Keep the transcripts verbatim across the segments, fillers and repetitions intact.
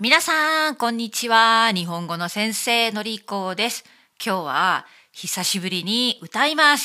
皆さん、こんにちは。日本語の先生のりこです。今日は久しぶりに歌います。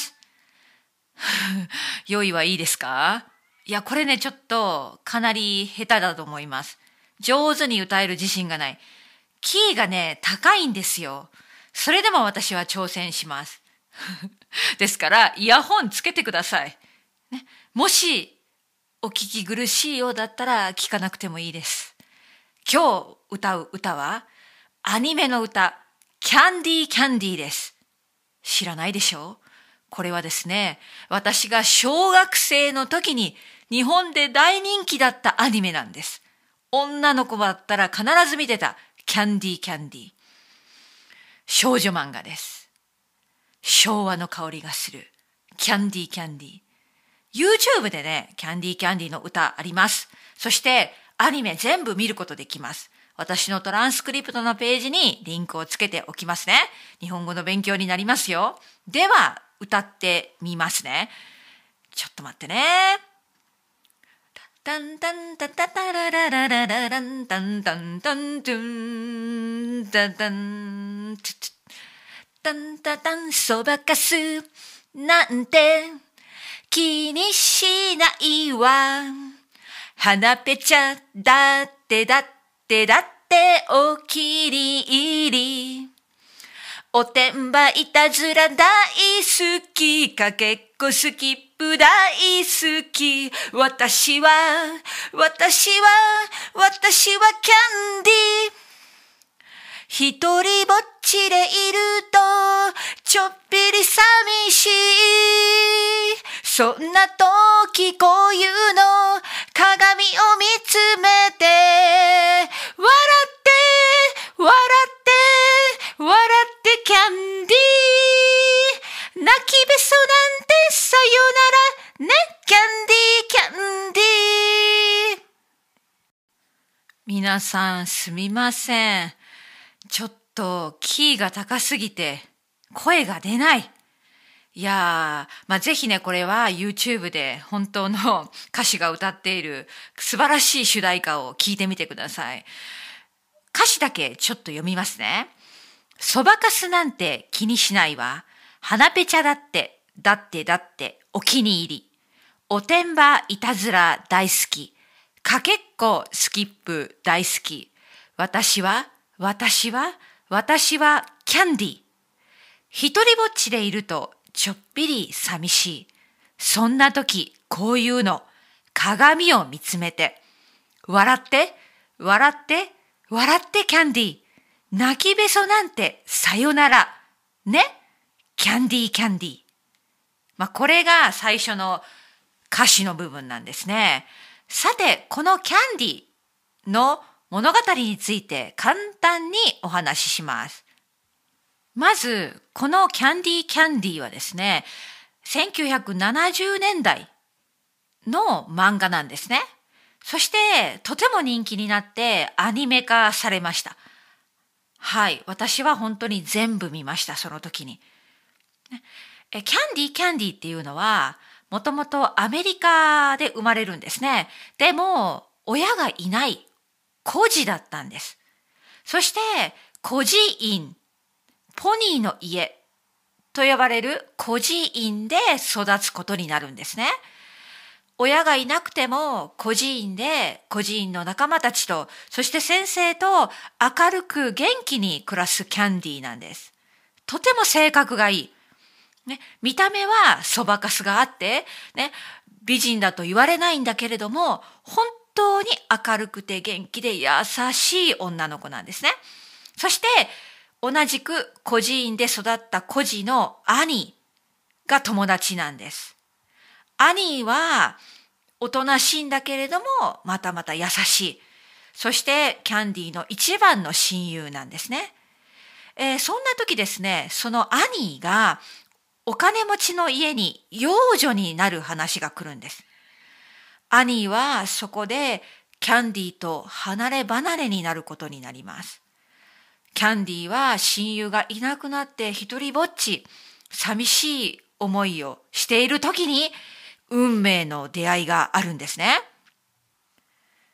用意はいいですか？いや、これね、ちょっとかなり下手だと思います。上手に歌える自信がない。キーがね、高いんですよ。それでも私は挑戦します。ですから、イヤホンつけてください。ね、もし、お聞き苦しいようだったら聞かなくてもいいです。今日歌う歌はアニメの歌キャンディーキャンディーです。知らないでしょう？これはですね、私が小学生の時に日本で大人気だったアニメなんです。女の子だったら必ず見てたキャンディーキャンディー。少女漫画です。昭和の香りがするキャンディーキャンディー。YouTube でね、キャンディーキャンディーの歌あります。そしてアニメ全部見ることできます。私のトランスクリプトのページにリンクをつけておきますね。日本語の勉強になりますよ。では、歌ってみますね。ちょっと待ってね。タンタンタタタラララララランタンタンタントゥンタタンタンタタンそばかすなんて気にしないわ。花ぺちゃだってだってだってお気に入り。おてんばいたずら大好き。かけっこスキップ大好き。私は、私は、私はキャンディー。一人ぼっちでいるとちょっぴり寂しい。そんな時こういうの鏡を見つめて笑って笑って笑ってキャンディー。泣きべそなんてさよならね。キャンディーキャンディー。皆さんすみません。ちょっとキーが高すぎて声が出ない。いやー、まあ、ぜひね、これは YouTube で本当の歌手が歌っている素晴らしい主題歌を聞いてみてください。歌詞だけちょっと読みますね。そばかすなんて気にしないわ。花ぺちゃだって、だってだってお気に入り。おてんばいたずら大好き。かけっこスキップ大好き。私は、私は、私はキャンディー。一人ぼっちでいるとちょっぴり寂しい。そんな時、こういうの、鏡を見つめて。笑って、笑って、笑ってキャンディー。泣きべそなんてさよなら。ね？キャンディーキャンディー。まあ、これが最初の歌詞の部分なんですね。さて、このキャンディーの物語について簡単にお話しします。まず、このキャンディーキャンディーはですね、せんきゅうひゃくななじゅうねんだいの漫画なんですね。そして、とても人気になってアニメ化されました。はい、私は本当に全部見ました、その時に。えキャンディーキャンディーっていうのは、もともとアメリカで生まれるんですね。でも、親がいない孤児だったんです。そして、孤児院。ポニーの家と呼ばれる孤児院で育つことになるんですね。親がいなくても孤児院で孤児院の仲間たちと、そして先生と明るく元気に暮らすキャンディーなんです。とても性格がいい。ね、見た目はそばかすがあって、ね、美人だと言われないんだけれども、本当に明るくて元気で優しい女の子なんですね。そして、同じく孤児院で育った孤児のアニーが友達なんです。アニーはおとなしいんだけれどもまたまた優しい。そしてキャンディーの一番の親友なんですね。えー、そんな時ですね、そのアニーがお金持ちの家に養女になる話が来るんです。アニーはそこでキャンディーと離れ離れになることになります。キャンディーは親友がいなくなって一人ぼっち、寂しい思いをしている時に運命の出会いがあるんですね。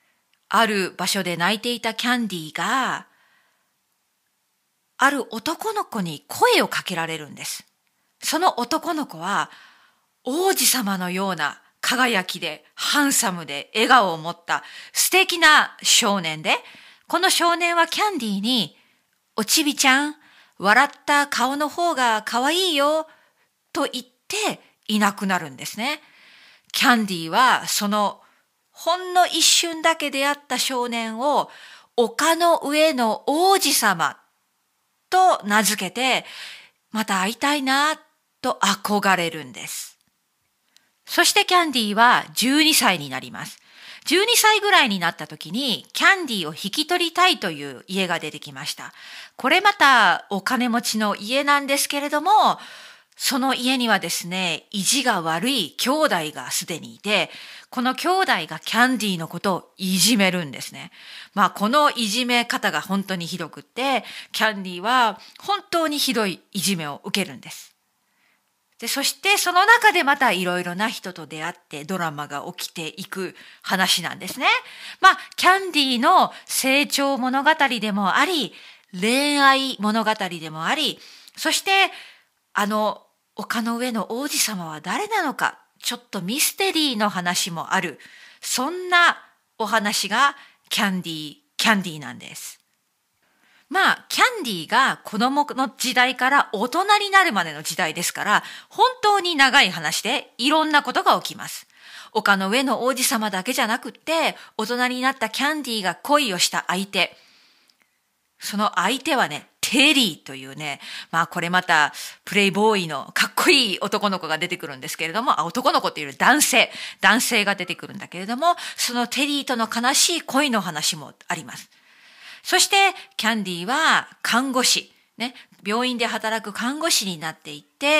ある場所で泣いていたキャンディーが、ある男の子に声をかけられるんです。その男の子は王子様のような輝きで、ハンサムで、笑顔を持った素敵な少年で、この少年はキャンディーに、おちびちゃん、笑った顔の方が可愛いよ、と言っていなくなるんですね。キャンディーはそのほんの一瞬だけ出会った少年を丘の上の王子様と名付けて、また会いたいなと憧れるんです。そしてキャンディーはじゅうにさいになります。じゅうにさいぐらいになった時にキャンディーを引き取りたいという家が出てきました。これまたお金持ちの家なんですけれども、その家にはですね、意地が悪い兄弟がすでにいて、この兄弟がキャンディーのことをいじめるんですね。まあこのいじめ方が本当にひどくって、キャンディーは本当にひどいいじめを受けるんです。で、そしてその中でまたいろいろな人と出会ってドラマが起きていく話なんですね。まあキャンディーの成長物語でもあり、恋愛物語でもあり、そしてあの丘の上の王子様は誰なのか、ちょっとミステリーの話もある、そんなお話がキャンディー、キャンディーなんです。まあ、キャンディーが子供の時代から大人になるまでの時代ですから、本当に長い話でいろんなことが起きます。丘の上の王子様だけじゃなくって、大人になったキャンディーが恋をした相手。その相手はね、テリーというね、まあこれまたプレイボーイのかっこいい男の子が出てくるんですけれども、あ、男の子っていうより男性、男性が出てくるんだけれども、そのテリーとの悲しい恋の話もあります。そしてキャンディーは看護師、ね、病院で働く看護師になっていって、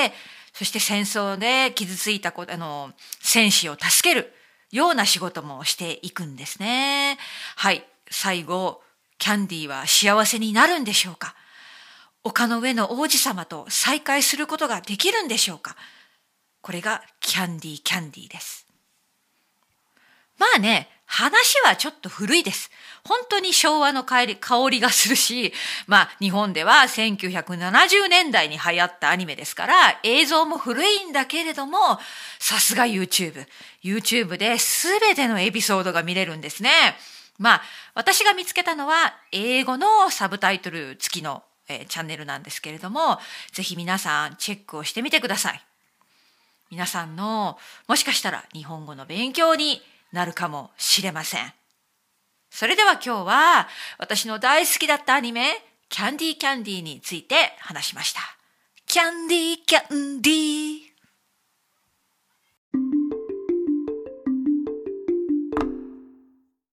そして戦争で傷ついたあの戦士を助けるような仕事もしていくんですね。はい、最後キャンディーは幸せになるんでしょうか。丘の上の王子様と再会することができるんでしょうか。これがキャンディーキャンディーです。まあね、話はちょっと古いです。本当に昭和の香り、香りがするし、まあ日本ではせんきゅうひゃくななじゅうねんだいに流行ったアニメですから、映像も古いんだけれども、さすが YouTube。YouTube で全てのエピソードが見れるんですね。まあ私が見つけたのは英語のサブタイトル付きのえー、チャンネルなんですけれども、ぜひ皆さんチェックをしてみてください。皆さんのもしかしたら日本語の勉強になるかもしれません。それでは今日は私の大好きだったアニメキャンディーキャンディーについて話しました。キャンディーキャンディー